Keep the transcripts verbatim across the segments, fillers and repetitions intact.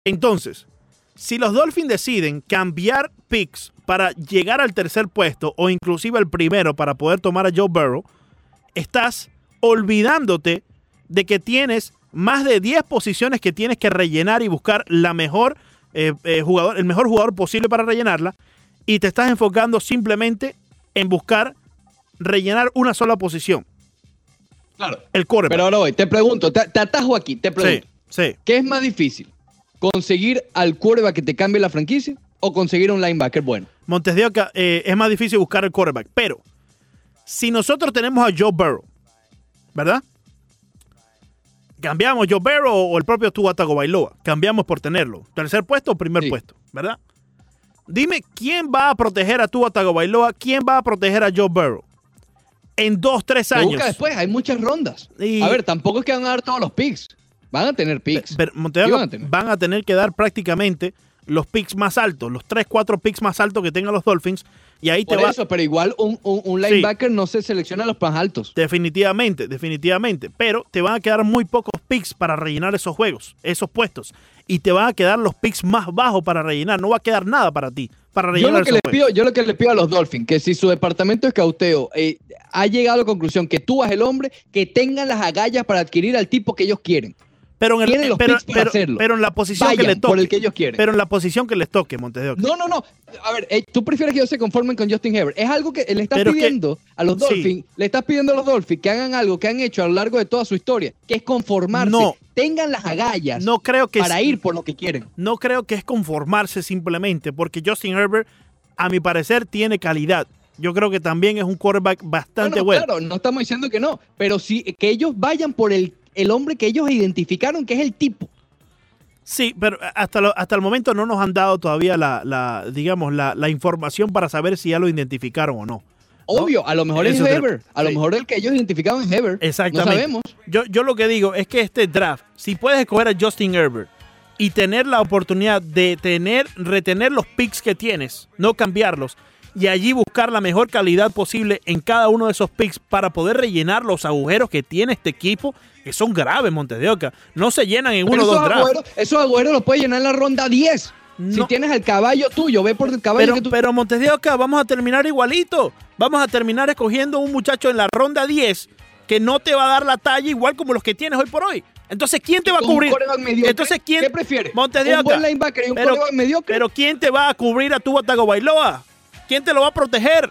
Entonces, si los Dolphins deciden cambiar picks para llegar al tercer puesto o inclusive al primero para poder tomar a Joe Burrow, estás olvidándote de que tienes más de diez posiciones que tienes que rellenar y buscar la mejor, eh, eh, jugador, el mejor jugador posible para rellenarla, y te estás enfocando simplemente en buscar rellenar una sola posición. Claro. El quarterback. Pero ahora voy, te pregunto, te, te atajo aquí, te pregunto. Sí, sí. ¿Qué es más difícil? ¿Conseguir al quarterback que te cambie la franquicia o conseguir un linebacker bueno? Montes de Oca, eh, es más difícil buscar el quarterback, pero si nosotros tenemos a Joe Burrow, ¿verdad? Cambiamos Joe Burrow o el propio Tua Tagovailoa. Cambiamos por tenerlo. Tercer puesto o primer sí. puesto, ¿verdad? Dime, ¿quién va a proteger a Tua Tagovailoa? ¿Quién va a proteger a Joe Burrow? En dos, tres años. Busca después, hay muchas rondas. Y... A ver, tampoco es que van a dar todos los picks. Van a tener picks. Pero, Montes de Oca, van, a tener? van a tener que dar prácticamente los picks más altos, los tres, cuatro picks más altos que tengan los Dolphins. Y ahí Por te va. eso, pero igual un, un, un linebacker sí. no se selecciona a los más altos. Definitivamente, definitivamente. Pero te van a quedar muy pocos picks para rellenar esos juegos, esos puestos. Y te van a quedar los picks más bajos para rellenar. No va a quedar nada para ti, para rellenar yo lo que esos les juegos. pido, Yo lo que les pido a los Dolphins, que si su departamento de escauteo eh, ha llegado a la conclusión que tú eres el hombre, que tengan las agallas para adquirir al tipo que ellos quieren. Pero en, el, los pero, picks para pero, hacerlo. pero en la posición Vayan que le toque. por el que ellos quieren. Pero en la posición que les toque, Montes de Oca. No, no, no. A ver, eh, tú prefieres que ellos se conformen con Justin Herbert. Es algo que le estás pero pidiendo que, a los Dolphins. Sí. Le estás pidiendo a los Dolphins que hagan algo que han hecho a lo largo de toda su historia, que es conformarse. No. Tengan las agallas no creo que para es, ir por lo que quieren. No creo que es conformarse simplemente, porque Justin Herbert, a mi parecer, tiene calidad. Yo creo que también es un quarterback bastante no, no, bueno. Claro, no estamos diciendo que no, pero sí que ellos vayan por el, el hombre que ellos identificaron que es el tipo. Sí, pero hasta, lo, hasta el momento no nos han dado todavía la, la digamos, la, la información para saber si ya lo identificaron o no. Obvio, ¿no? a lo mejor Eso es te, Herbert, a sí. lo mejor el que ellos identificaron es Herbert. Exactamente. No sabemos. Yo, yo lo que digo es que este draft, si puedes escoger a Justin Herbert y tener la oportunidad de tener, retener los picks que tienes, no cambiarlos, y allí buscar la mejor calidad posible en cada uno de esos picks para poder rellenar los agujeros que tiene este equipo, que son graves, Montes de Oca. No se llenan en Pero uno o dos drafts. Agüeros, esos agujeros los puedes llenar en la ronda diez. No. Si tienes el caballo tuyo, ve por el caballo pero, que tú... Pero Montes de Oca, vamos a terminar igualito. Vamos a terminar escogiendo un muchacho en la ronda diez que no te va a dar la talla igual como los que tienes hoy por hoy. Entonces, ¿quién te va a cubrir? Entonces, ¿quién? ¿Qué prefieres? Montes de Oca. ¿Un buen linebacker y un pero, mediocre? Pero ¿quién te va a cubrir a Tua Tagovailoa? ¿Quién te lo va a proteger?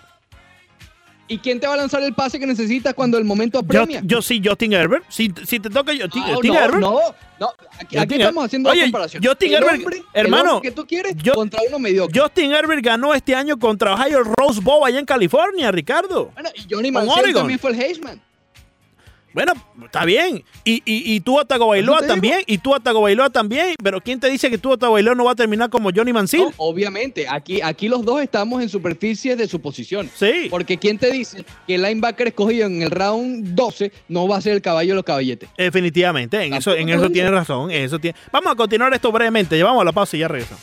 ¿Y quién te va a lanzar el pase que necesitas cuando el momento apremia? Yo, yo sí, Justin Herbert. Si, si te toca Justin, no, Justin no, Herbert. No, no. Aquí, aquí estamos haciendo Oye, una comparación. Justin el Herbert, hombre, hermano. El hombre que tú quieres yo, contra uno mediocre. Justin Herbert ganó este año contra Ohio Rose Bowl allá en California, Ricardo. Bueno, y Johnny Manziel también fue el Heisman. Bueno, está bien. Y, y, y Tua Tagovailoa también. Y Tua Tagovailoa también. Pero ¿quién te dice que Tua Tagovailoa no va a terminar como Johnny Manziel? No, obviamente. Aquí, aquí los dos estamos en superficies de su posición. Sí. Porque ¿quién te dice que el linebacker escogido en el round doce no va a ser el caballo de los caballetes? Definitivamente. En eso, en eso tiene razón. En eso tiene... Vamos a continuar esto brevemente. Llevamos a la pausa y ya regresamos.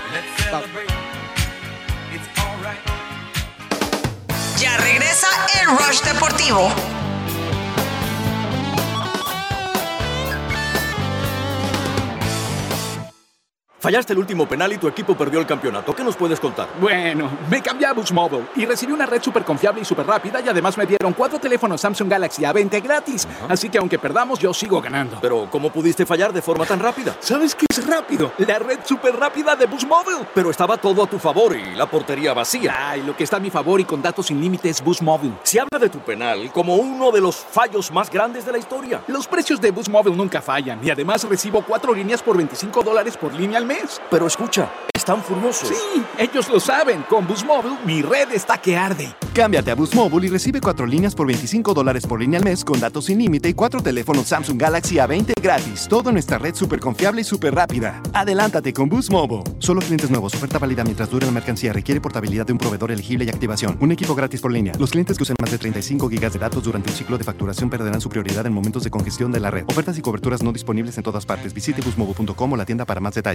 Ya regresa el Rush Deportivo. Fallaste el último penal y tu equipo perdió el campeonato. ¿Qué nos puedes contar? Bueno, me cambié a Boost Mobile y recibí una red súper confiable y súper rápida y además me dieron cuatro teléfonos Samsung Galaxy A veinte gratis. Uh-huh. Así que aunque perdamos, yo sigo ganando. Pero, ¿cómo pudiste fallar de forma tan rápida? ¿Sabes qué es rápido? La red súper rápida de Boost Mobile. Pero estaba todo a tu favor y la portería vacía. Ay, lo que está a mi favor y con datos sin límite es Boost Mobile. Se habla de tu penal como uno de los fallos más grandes de la historia. Los precios de Boost Mobile nunca fallan y además recibo cuatro líneas por veinticinco dólares por línea al mes. Pero escucha, están furiosos. Sí, ellos lo saben. Con Boost Mobile, mi red está que arde. Cámbiate a Boost Mobile y recibe cuatro líneas por veinticinco dólares por línea al mes con datos sin límite y cuatro teléfonos Samsung Galaxy A veinte gratis. Todo en nuestra red súper confiable y súper rápida. Adelántate con Boost Mobile. Solo clientes nuevos. Oferta válida mientras dure la mercancía. Requiere portabilidad de un proveedor elegible y activación. Un equipo gratis por línea. Los clientes que usen más de treinta y cinco gigas de datos durante un ciclo de facturación perderán su prioridad en momentos de congestión de la red. Ofertas y coberturas no disponibles en todas partes. Visite boost mobile punto com o la tienda para más detalles.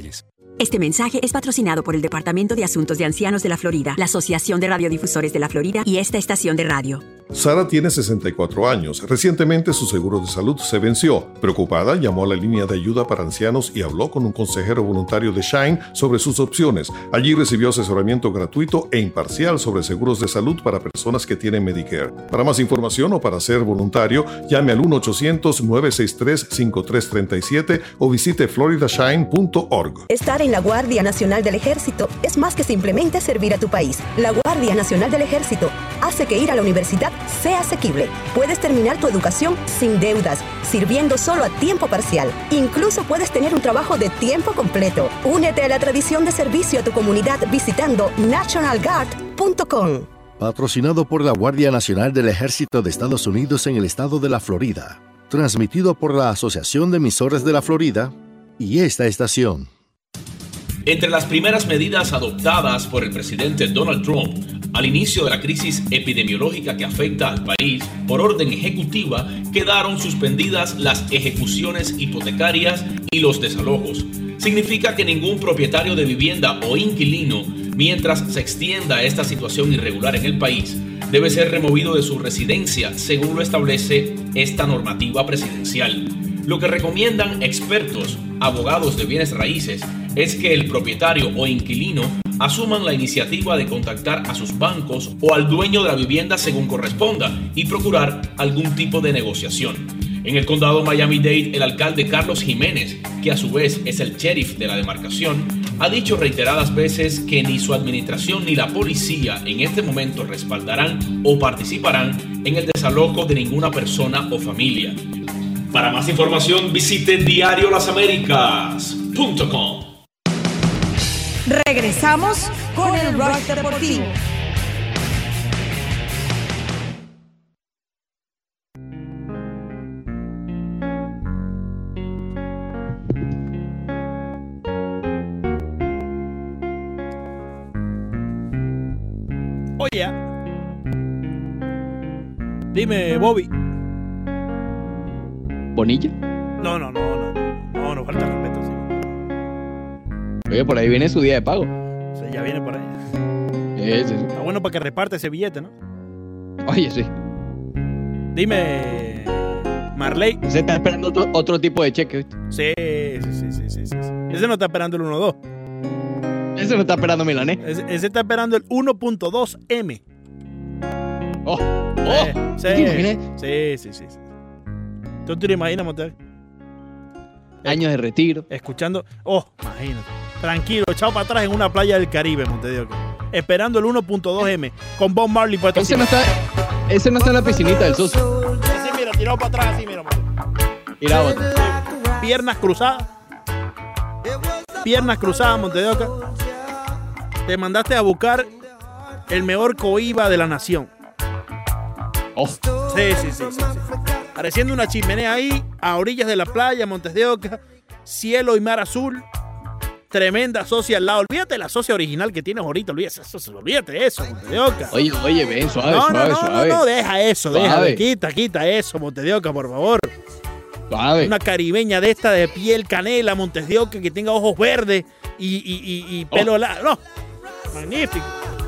Este mensaje es patrocinado por el Departamento de Asuntos de Ancianos de la Florida, la Asociación de Radiodifusores de la Florida y esta estación de radio. Sara tiene sesenta y cuatro años. Recientemente su seguro de salud se venció. Preocupada, llamó a la línea de ayuda para ancianos y habló con un consejero voluntario de Shine sobre sus opciones. Allí recibió asesoramiento gratuito e imparcial sobre seguros de salud para personas que tienen Medicare. Para más información o para ser voluntario, llame al uno ochocientos, nueve seis tres, cinco tres tres siete o visite florida shine punto org. Estar en la Guardia Nacional del Ejército es más que simplemente servir a tu país. La Guardia Nacional del Ejército hace que ir a la universidad sea asequible. Puedes terminar tu educación sin deudas, sirviendo solo a tiempo parcial. Incluso puedes tener un trabajo de tiempo completo. Únete a la tradición de servicio a tu comunidad visitando national guard punto com. Patrocinado por la Guardia Nacional del Ejército de Estados Unidos en el estado de la Florida. Transmitido por la Asociación de Emisoras de la Florida y esta estación. Entre las primeras medidas adoptadas por el presidente Donald Trump al inicio de la crisis epidemiológica que afecta al país, por orden ejecutiva, quedaron suspendidas las ejecuciones hipotecarias y los desalojos. Significa que ningún propietario de vivienda o inquilino, mientras se extienda esta situación irregular en el país, debe ser removido de su residencia, según lo establece esta normativa presidencial. Lo que recomiendan expertos, abogados de bienes raíces, es que el propietario o inquilino asuman la iniciativa de contactar a sus bancos o al dueño de la vivienda según corresponda y procurar algún tipo de negociación. En el condado Miami-Dade, el alcalde Carlos Jiménez, que a su vez es el sheriff de la demarcación, ha dicho reiteradas veces que ni su administración ni la policía en este momento respaldarán o participarán en el desalojo de ninguna persona o familia. Para más información visite diario las américas punto com. Regresamos con el Rush Deportivo. Oye, dime, Bobby. ¿Bonilla? No, no, no, no, no, no falta respeto, sí. Oye, por ahí viene su día de pago. Sí, ya viene por ahí. Sí, sí, sí. Está bueno para que reparte ese billete, ¿no? Oye, sí. Dime, Marley. Se está esperando otro, otro tipo de cheque, ¿viste? Sí, sí, sí, sí, sí, sí. Ese no está esperando el uno dos. Ese no está esperando Milanés. Ese, ese está esperando el uno punto dos eme. Oh, oh. Eh, sí, ¿Te imaginas? sí, sí, sí, sí. ¿Tú te lo imaginas, Montes? Años de retiro. Escuchando. Oh, imagínate. Tranquilo, echado para atrás en una playa del Caribe, Montevideo. Esperando el uno punto dos eme con Bob Marley puesto. Ese no, está, ese no está en la piscinita del socio. Así, mira, tirado para atrás, así, mira. Mira, otra. Piernas cruzadas. Piernas cruzadas, Montevideo. Te mandaste a buscar el mejor coiba de la nación. Oh. Sí, sí, sí, sí, sí. Apareciendo una chimenea ahí, a orillas de la playa, Montes de Oca, cielo y mar azul. Tremenda socia al lado. Olvídate de la socia original que tienes ahorita. Olvídate eso, olvídate de eso, Montes de Oca. Oye, oye, ven, suave, no, suave, no, no, suave. No, no, deja eso, suave. deja, quita, quita eso, Montes de Oca, por favor. Suave. Una caribeña de esta de piel canela, Montes de Oca, que tenga ojos verdes y, y, y, y pelo oh. largo. No, magnífico.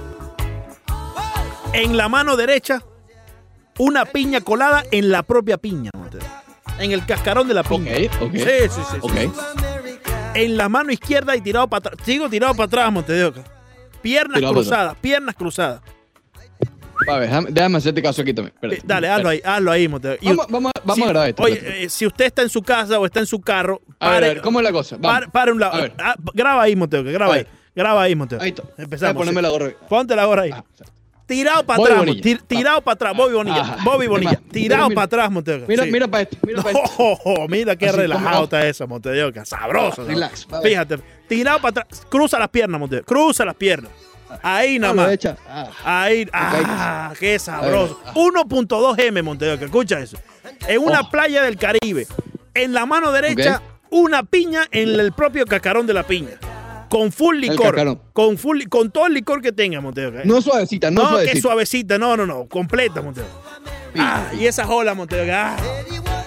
En la mano derecha, una piña colada en la propia piña, Montes de Oca. En el cascarón de la piña. Ok, ok. Sí, sí, sí. Okay. sí. En la mano izquierda y tirado para atrás. Sigo tirado para atrás, Montes de Oca. Piernas tirado cruzadas, piernas cruzadas. A ver, déjame, déjame hacerte caso aquí también. Eh, dale, hazlo ahí, hazlo ahí, Montes de Oca. Vamos, vamos, vamos si, a grabar esto. Oye, eh, si usted está en su casa o está en su carro, a pare, ver, a ver, ¿cómo es la cosa? Vamos. Pare, pare un lado. Ah, graba ahí, Montes de Oca, graba ahí. Graba ahí, Montes de Oca. Ahí está. Empezamos. Voy a ponerme sí. la gorra. Ponte la gorra ahí. Ah, tirado para atrás, tir, tirado para atrás, Bobby Bonilla. Ajá. Bobby Bonilla, tirado para atrás, Montes de Oca. Mira, sí. mira para esto, mira no, para esto. Oh, oh, mira qué así, relajado está eso, Montes de Oca. Sabroso. Oh, relax. Fíjate, tirado para atrás, cruza las piernas, Montes de Oca. Cruza las piernas. Ahí nada más. Ah. Ahí, ah, qué sabroso. uno punto dos eme, Montes de Oca, escucha eso. En una oh. playa del Caribe, en la mano derecha, okay. una piña en el propio cascarón de la piña. Con full licor. Con full, con todo el licor que tenga, Montes de Oca. No suavecita, no, no suavecita. No, que suavecita, no, no, no. Completa, Montes de Oca. Ah, y esa jola, Montes de Oca. Ah.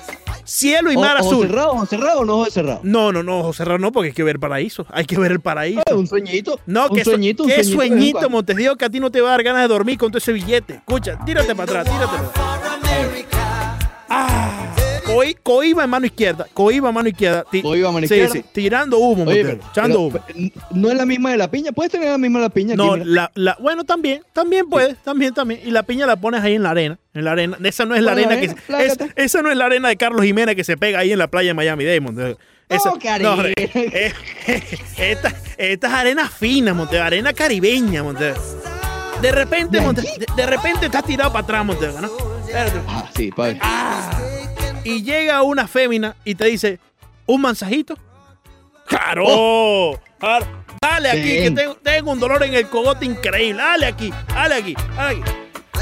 cielo y mar ¿Ojo azul. cerrado, ojo cerrado o no ojo cerrado? No, no, no, ojo cerrado no, porque hay que ver el paraíso. Hay que ver el paraíso. Ah, un sueñito. No, un que sueñito, un ¿qué sueñito, sueñito, Montes de Oca? A ti no te va a dar ganas de dormir con todo ese billete. Escucha, tírate para atrás, tírate para atrás. Ah, coi, cohiba en mano izquierda, cohiba en mano izquierda. Ti, Cohiba en mano sí, izquierda. Sí, tirando humo, Oye, Montes, pero- echando humo. pero, ¿no es la misma de la piña? ¿Puedes tener la misma de la piña? No, aquí, mira? la, la, bueno, también, también puedes, también, también. Y la piña la pones ahí en la arena, en la arena. Esa no es la Bueno, arena que arena, se- es- plágate. esa no es la arena de Carlos Jiménez que se pega ahí en la playa de Miami-Dade, Montes. Esa, No, cariño. eh, eh, eh, esta, esta es arena fina, Montes, arena caribeña, Montes. De repente, ¿De Montes, allí? de, de repente estás tirado para atrás, Montes, ¿no? Espérate. Ah, sí, padre. Ah, y llega una fémina y te dice, ¿un mensajito? ¡Claro! Claro. Dale aquí, Bien. que tengo, tengo un dolor en el cogote increíble. Dale aquí, dale aquí, dale aquí.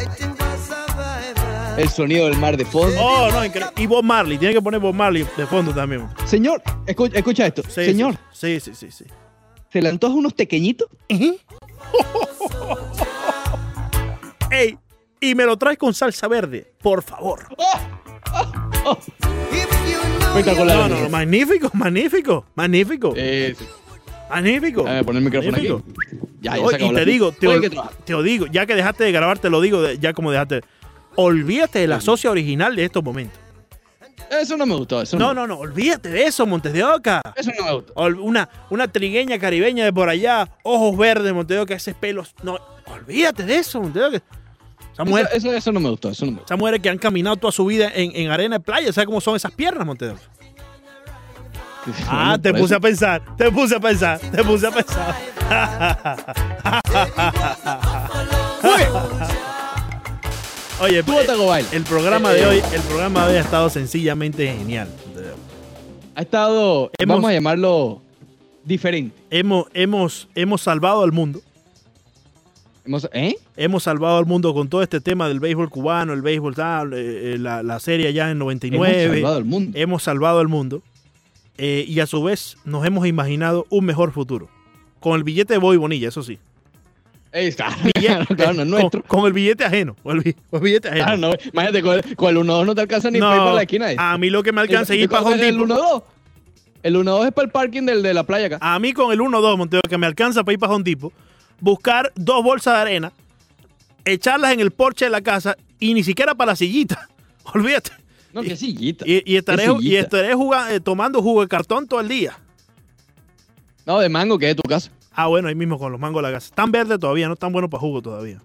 El sonido del mar de fondo. Oh, no, increíble. Y Bob Marley, tiene que poner Bob Marley de fondo también. Señor, escucha, escucha esto. Sí, Señor, Sí, sí, sí, sí. ¿se le antoja unos tequeñitos? Ey, y me lo traes con salsa verde, por favor. Espectacular. No, no, no, magnífico, magnífico, magnífico, Eh, sí. magnífico. Déjame poner el micrófono aquí. Magnífico. Ya, ya Oye, se acabó y la te fiesta. digo, te, Oye, ol- que trabaja. te lo digo, ya que dejaste de grabar, te lo digo, de- ya como dejaste. Olvídate de la socia original de estos momentos. Eso no me gustó. Eso No, no, no, no, olvídate de eso, Montes de Oca. Eso no me gustó. Ol- Una, una trigueña caribeña de por allá, ojos verdes, Montes de Oca, ese pelos. No, olvídate de eso, Montes de Oca. Esa mujer, Eso, eso, eso no me gustó. Eso no me gustó. esas mujeres que han caminado toda su vida en, en arena de playa, ¿sabes cómo son esas piernas, Montes de Oca? Ah, Bueno, te por puse eso- a pensar, te puse a pensar, te puse a pensar. Oye, Tú, Taco Baila. el programa Eh, de hoy, el programa de hoy ha estado sencillamente genial. Ha estado, Hemos- vamos a llamarlo diferente. Hemos, hemos, hemos salvado al mundo. Hemos, ¿Eh? Hemos salvado al mundo con todo este tema del béisbol cubano, el béisbol tal, eh, eh, la, la serie allá en noventa y nueve. Hemos salvado al mundo. Hemos salvado al mundo. Eh, y a su vez nos hemos imaginado un mejor futuro. Con el billete de Bobby Bonilla, eso sí. Ahí está. Billete- Claro, no es con, nuestro. con el billete ajeno. Con el, bi- con el billete ajeno. Claro, no, imagínate, con el, con el uno dos no te alcanza ni No, para ir para la esquina. esa. a mí lo que me alcanza es El- ir para Home el Depot. uno dos. El uno dos es para el parking del, de la playa acá. A mí con el uno dos, Monteo, que me alcanza para ir para Home Depot, buscar dos bolsas de arena, echarlas en el porche de la casa y ni siquiera para la sillita. Olvídate. No, qué sillita. Y, y estaré, Qué y sillita. estaré juga- eh, tomando jugo de cartón todo el día. No, de mango, que es de tu casa. Ah, bueno, ahí mismo con los mangos de la casa. Están verdes todavía, no están buenos para jugo todavía.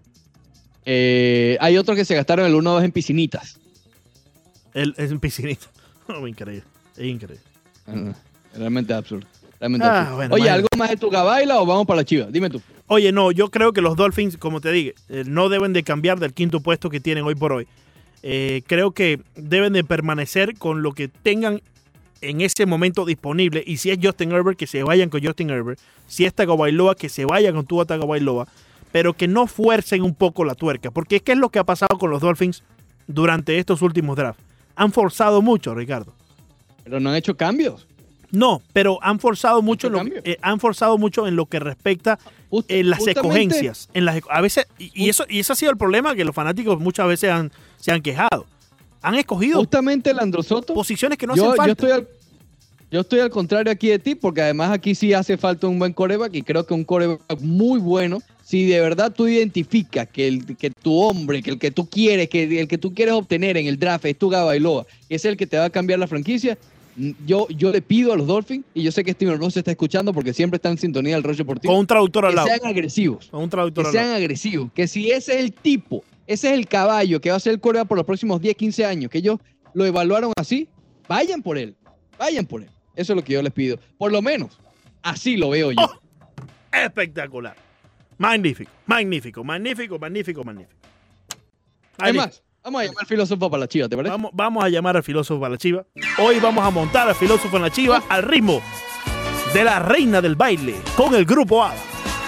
Eh, hay otros que se gastaron el uno dos en piscinitas. El, es un piscinito. No, increíble. Es increíble. Ah, Realmente absurdo. Realmente Ah, absurdo. bueno, Oye, imagínate. ¿algo más de tu gabaila o vamos para la chiva? Dime tú. Oye, no, yo creo que los Dolphins, como te dije, eh, no deben de cambiar del quinto puesto que tienen hoy por hoy. Eh, creo que deben de permanecer con lo que tengan en ese momento disponible. Y si es Justin Herbert, que se vayan con Justin Herbert. Si es Tagovailoa, que se vaya con Tua Tagovailoa. Pero que no fuercen un poco la tuerca. Porque es que es lo que ha pasado con los Dolphins durante estos últimos drafts. Han forzado mucho, Ricardo. Pero no han hecho cambios. No, pero han forzado mucho, en lo, cambio? eh, han forzado mucho en lo que respecta Just- en las justamente- escogencias. En las, a veces, y, y eso, y eso ha sido el problema que los fanáticos muchas veces han, se han quejado. Han escogido Justamente el Androsoto. posiciones que no yo, hacen falta. yo estoy al, yo estoy al contrario aquí de ti, porque además aquí sí hace falta un buen coreback y creo que un coreback muy bueno. Si de verdad tú identificas que, el, que tu hombre, que el que tú quieres, que el que tú quieres obtener en el draft es tu Tagovailoa, es el que te va a cambiar la franquicia, yo, yo le pido a los Dolphins, y yo sé que Steven Ross está escuchando porque siempre está en sintonía del Rollo Deportivo, Con un traductor al que lado. sean agresivos. Con un traductor Que al sean lado. agresivos. Que si ese es el tipo, ese es el caballo que va a ser el coreback por los próximos diez, quince años, que ellos lo evaluaron así, vayan por él. Vayan por él. Eso es lo que yo les pido. Por lo menos, así lo veo yo. Oh, espectacular. Magnífico, magnífico, magnífico, magnífico, magnífico. Ahí Además, vamos a llamar al filósofo para la chiva, ¿te parece? Vamos, vamos a llamar al filósofo para la chiva. Hoy vamos a montar al filósofo en la chiva al ritmo de la reina del baile con el grupo A.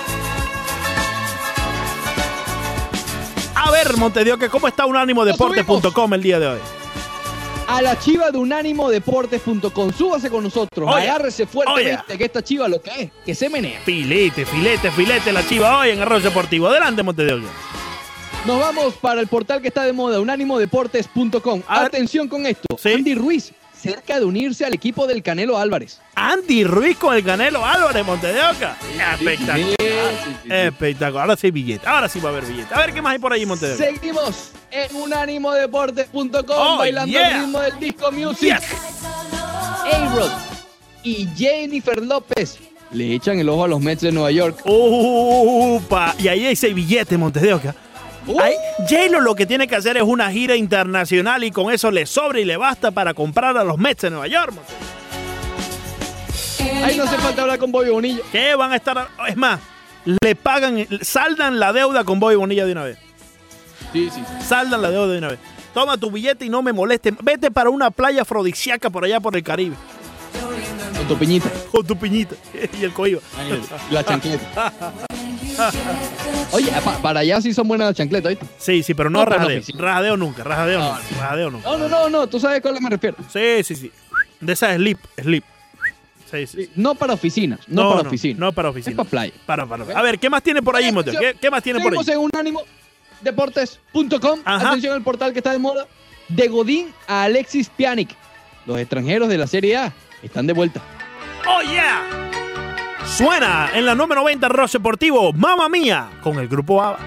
A ver, Montedioque, ¿cómo está unánimo deportes punto com el día de hoy? A la chiva de unánimo deportes punto com. Súbase con nosotros. Oye, Agárrese fuertemente oye. que esta chiva lo que es, que se menea. Filete, filete, filete la chiva hoy en Arroyo Deportivo. Adelante, Montedioque. Nos vamos para el portal que está de moda, unánimo deportes punto com. A ver. Atención con esto. Sí. Andy Ruiz cerca de unirse al equipo del Canelo Álvarez. Andy Ruiz con el Canelo Álvarez, Monte de Oca. Espectacular. Sí, sí, sí. Espectacular. Ahora sí hay billete. Ahora sí va a haber billete. A ver qué más hay por ahí, Monte de Oca. Seguimos en unánimodeportes punto com oh, bailando yeah. el ritmo del disco music. Yes. A-Rod y Jennifer López le echan el ojo a los Mets de Nueva York. Upa. Y ahí hay ese billete, Monte de Oca. Uh. J-Lo lo que tiene que hacer es una gira internacional y con eso le sobra y le basta para comprar a los Mets de Nueva York. Ahí no hace falta hablar con Bobby Bonilla. ¿Qué van a estar? Es más, le pagan, saldan la deuda con Bobby Bonilla de una vez. Sí, sí, sí. Saldan la deuda de una vez. Toma tu billete y no me molestes. Vete para una playa afrodisíaca por allá por el Caribe. Con tu piñita. Con tu piñita. Y el coiba. La chancleta. Oye, pa, para allá sí son buenas las chancletas, ¿viste? Sí, sí, pero no, no rajadeo. Rajadeo nunca, rajadeo no, nunca. Rajadeo nunca. No, no, no, no, tú sabes a cuál me refiero. Sí, sí, sí. De esa slip, slip. Sí, sí, sí. No para oficinas, no, no para no, oficinas. No para oficinas. Es para playa. Para, para. A ver, ¿qué más tiene por ahí, Monteo? ¿Qué, ¿Qué más tiene por ahí? Seguimos en unánimodeportes punto com. Atención al portal que está de moda. De Godín a Alexis Pjanic. Los extranjeros de la Serie A están de vuelta. ¡Oh, yeah! Suena en la número veinte Ross Deportivo, Mamma Mía, con el grupo ABBA.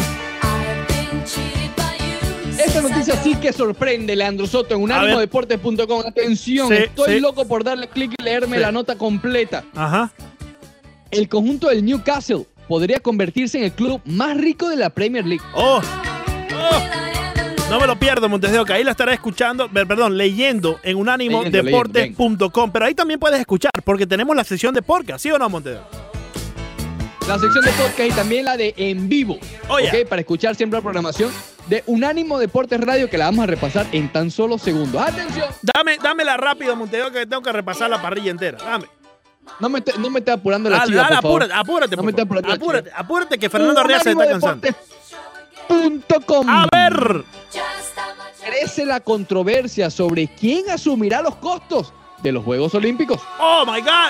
Esta noticia sí que sorprende, Leandro Soto, en unánimodeportes punto com. Atención, sí, estoy sí. loco por darle clic y leerme sí. la nota completa. Ajá. El conjunto del Newcastle podría convertirse en el club más rico de la Premier League. ¡Oh! ¡Oh! No me lo pierdo, Montes de Oca. Ahí la estaré escuchando, perdón, leyendo en unánimodeportes punto com. Pero ahí también puedes escuchar, porque tenemos la sección de podcast, ¿sí o no, Montes de Oca? La sección de podcast y también la de en vivo. Oh, yeah. ¿Okay? Para escuchar siempre la programación de Unánimo Deportes Radio, que la vamos a repasar en tan solo segundos. ¡Atención! Dame, dámela rápido, Montes de Oca, que tengo que repasar la parrilla entera. Dame. No me esté, no me esté apurando la dale, chiva, dale, por favor. Apúrate, apúrate, no me esté apurando apúrate, apúrate, que Fernando Arriaza se está cansando. Punto com. A ver. Crece la controversia sobre quién asumirá los costos de los Juegos Olímpicos. ¡Oh, my God!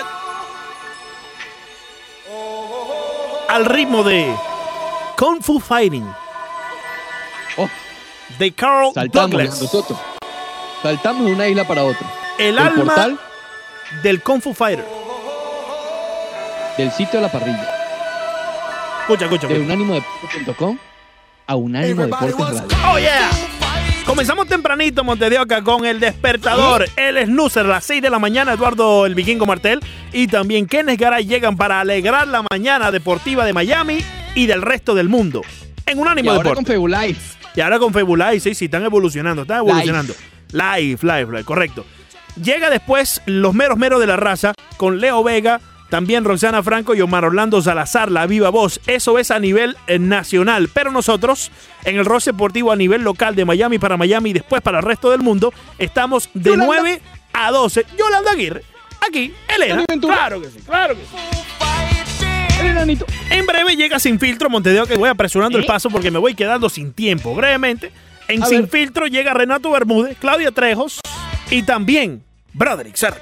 Al ritmo de Kung Fu Fighting. Oh. De Carl Saltamos Douglas. Nosotros. Saltamos de una isla para otra. El, El alma portal del Kung Fu Fighter. Del sitio de la parrilla. Escucha, escucha. De unánimodeportes punto com a Unánimo Deportes Radio. ¡Oh, yeah! Comenzamos tempranito, Montes de Oca, con el despertador, el snoozer, a las seis de la mañana, Eduardo el Vikingo Martel y también Kenneth Garay llegan para alegrar la mañana deportiva de Miami y del resto del mundo. En Unánimo Deportes. Y ahora Deportes. con Febulais. Y ahora con Febulais, sí, sí, están evolucionando, están evolucionando. Live, live, live, correcto. Llega después los meros meros de la raza con Leo Vega, también Roxana Franco y Omar Orlando Salazar, la viva voz. Eso es a nivel eh, nacional. Pero nosotros, en el Ross Deportivo a nivel local de Miami para Miami y después para el resto del mundo, estamos de Yolanda. nueve a doce. Yolanda Aguirre, aquí, Elena. Claro que sí, claro que sí. Elenanito. En breve llega Sin Filtro, Montes de Oca, que voy apresurando ¿Eh? el paso porque me voy quedando sin tiempo. Brevemente, en a Sin ver. Filtro llega Renato Bermúdez, Claudia Trejos y también Broderick Serpa.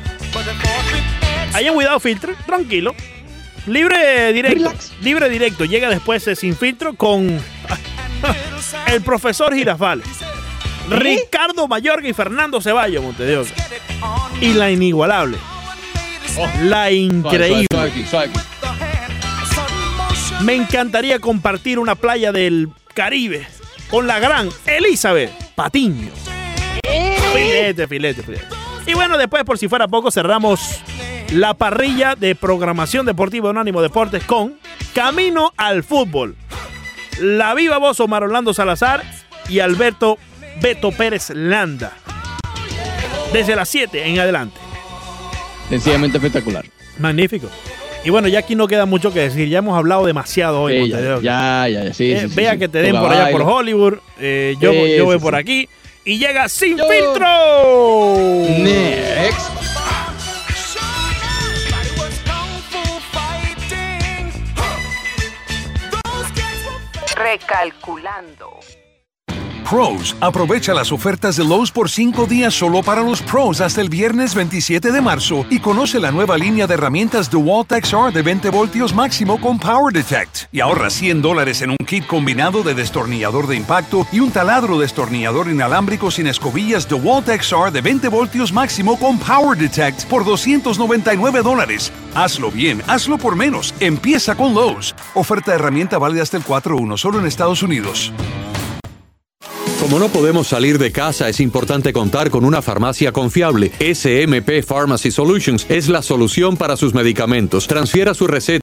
Hayan cuidado filtro, tranquilo. Libre directo. Relax. Libre directo. Llega después de Sin Filtro con el profesor Girafales, ¿Eh? Ricardo Mayorga y Fernando Ceballos, Montes de Oca. Y la inigualable. Oh, la increíble. Suave, suave, suave, suave. Me encantaría compartir una playa del Caribe con la gran Elizabeth Patiño. ¿Eh? Filete, filete, filete. Y bueno, después, por si fuera poco, cerramos la parrilla de programación deportiva de Unánimo Deportes con Camino al Fútbol. La viva voz Omar Orlando Salazar y Alberto Beto Pérez Landa. Desde las siete en adelante. Sencillamente espectacular. Magnífico. Y bueno, ya aquí no queda mucho que decir. Ya hemos hablado demasiado hoy. Sí, ya, ya, ya, sí, eh, sí, sí, Vea sí, que te sí. den por allá por Hollywood. Eh, yo sí, yo voy sí, por sí. aquí. Y llega Sin Yo. Filtro. Next. Recalculando. pros. Aprovecha las ofertas de Lowe's por cinco días solo para los pros hasta el viernes veintisiete de marzo y conoce la nueva línea de herramientas DeWalt X R de veinte voltios máximo con Power Detect. Y ahorra cien dólares en un kit combinado de destornillador de impacto y un taladro destornillador inalámbrico sin escobillas DeWalt X R de veinte voltios máximo con Power Detect por doscientos noventa y nueve dólares. Hazlo bien, hazlo por menos. Empieza con Lowe's. Oferta de herramienta válida hasta el cuatro uno, solo en Estados Unidos. Como no podemos salir de casa, es importante contar con una farmacia confiable. S M P Pharmacy Solutions es la solución para sus medicamentos. Transfiera su receta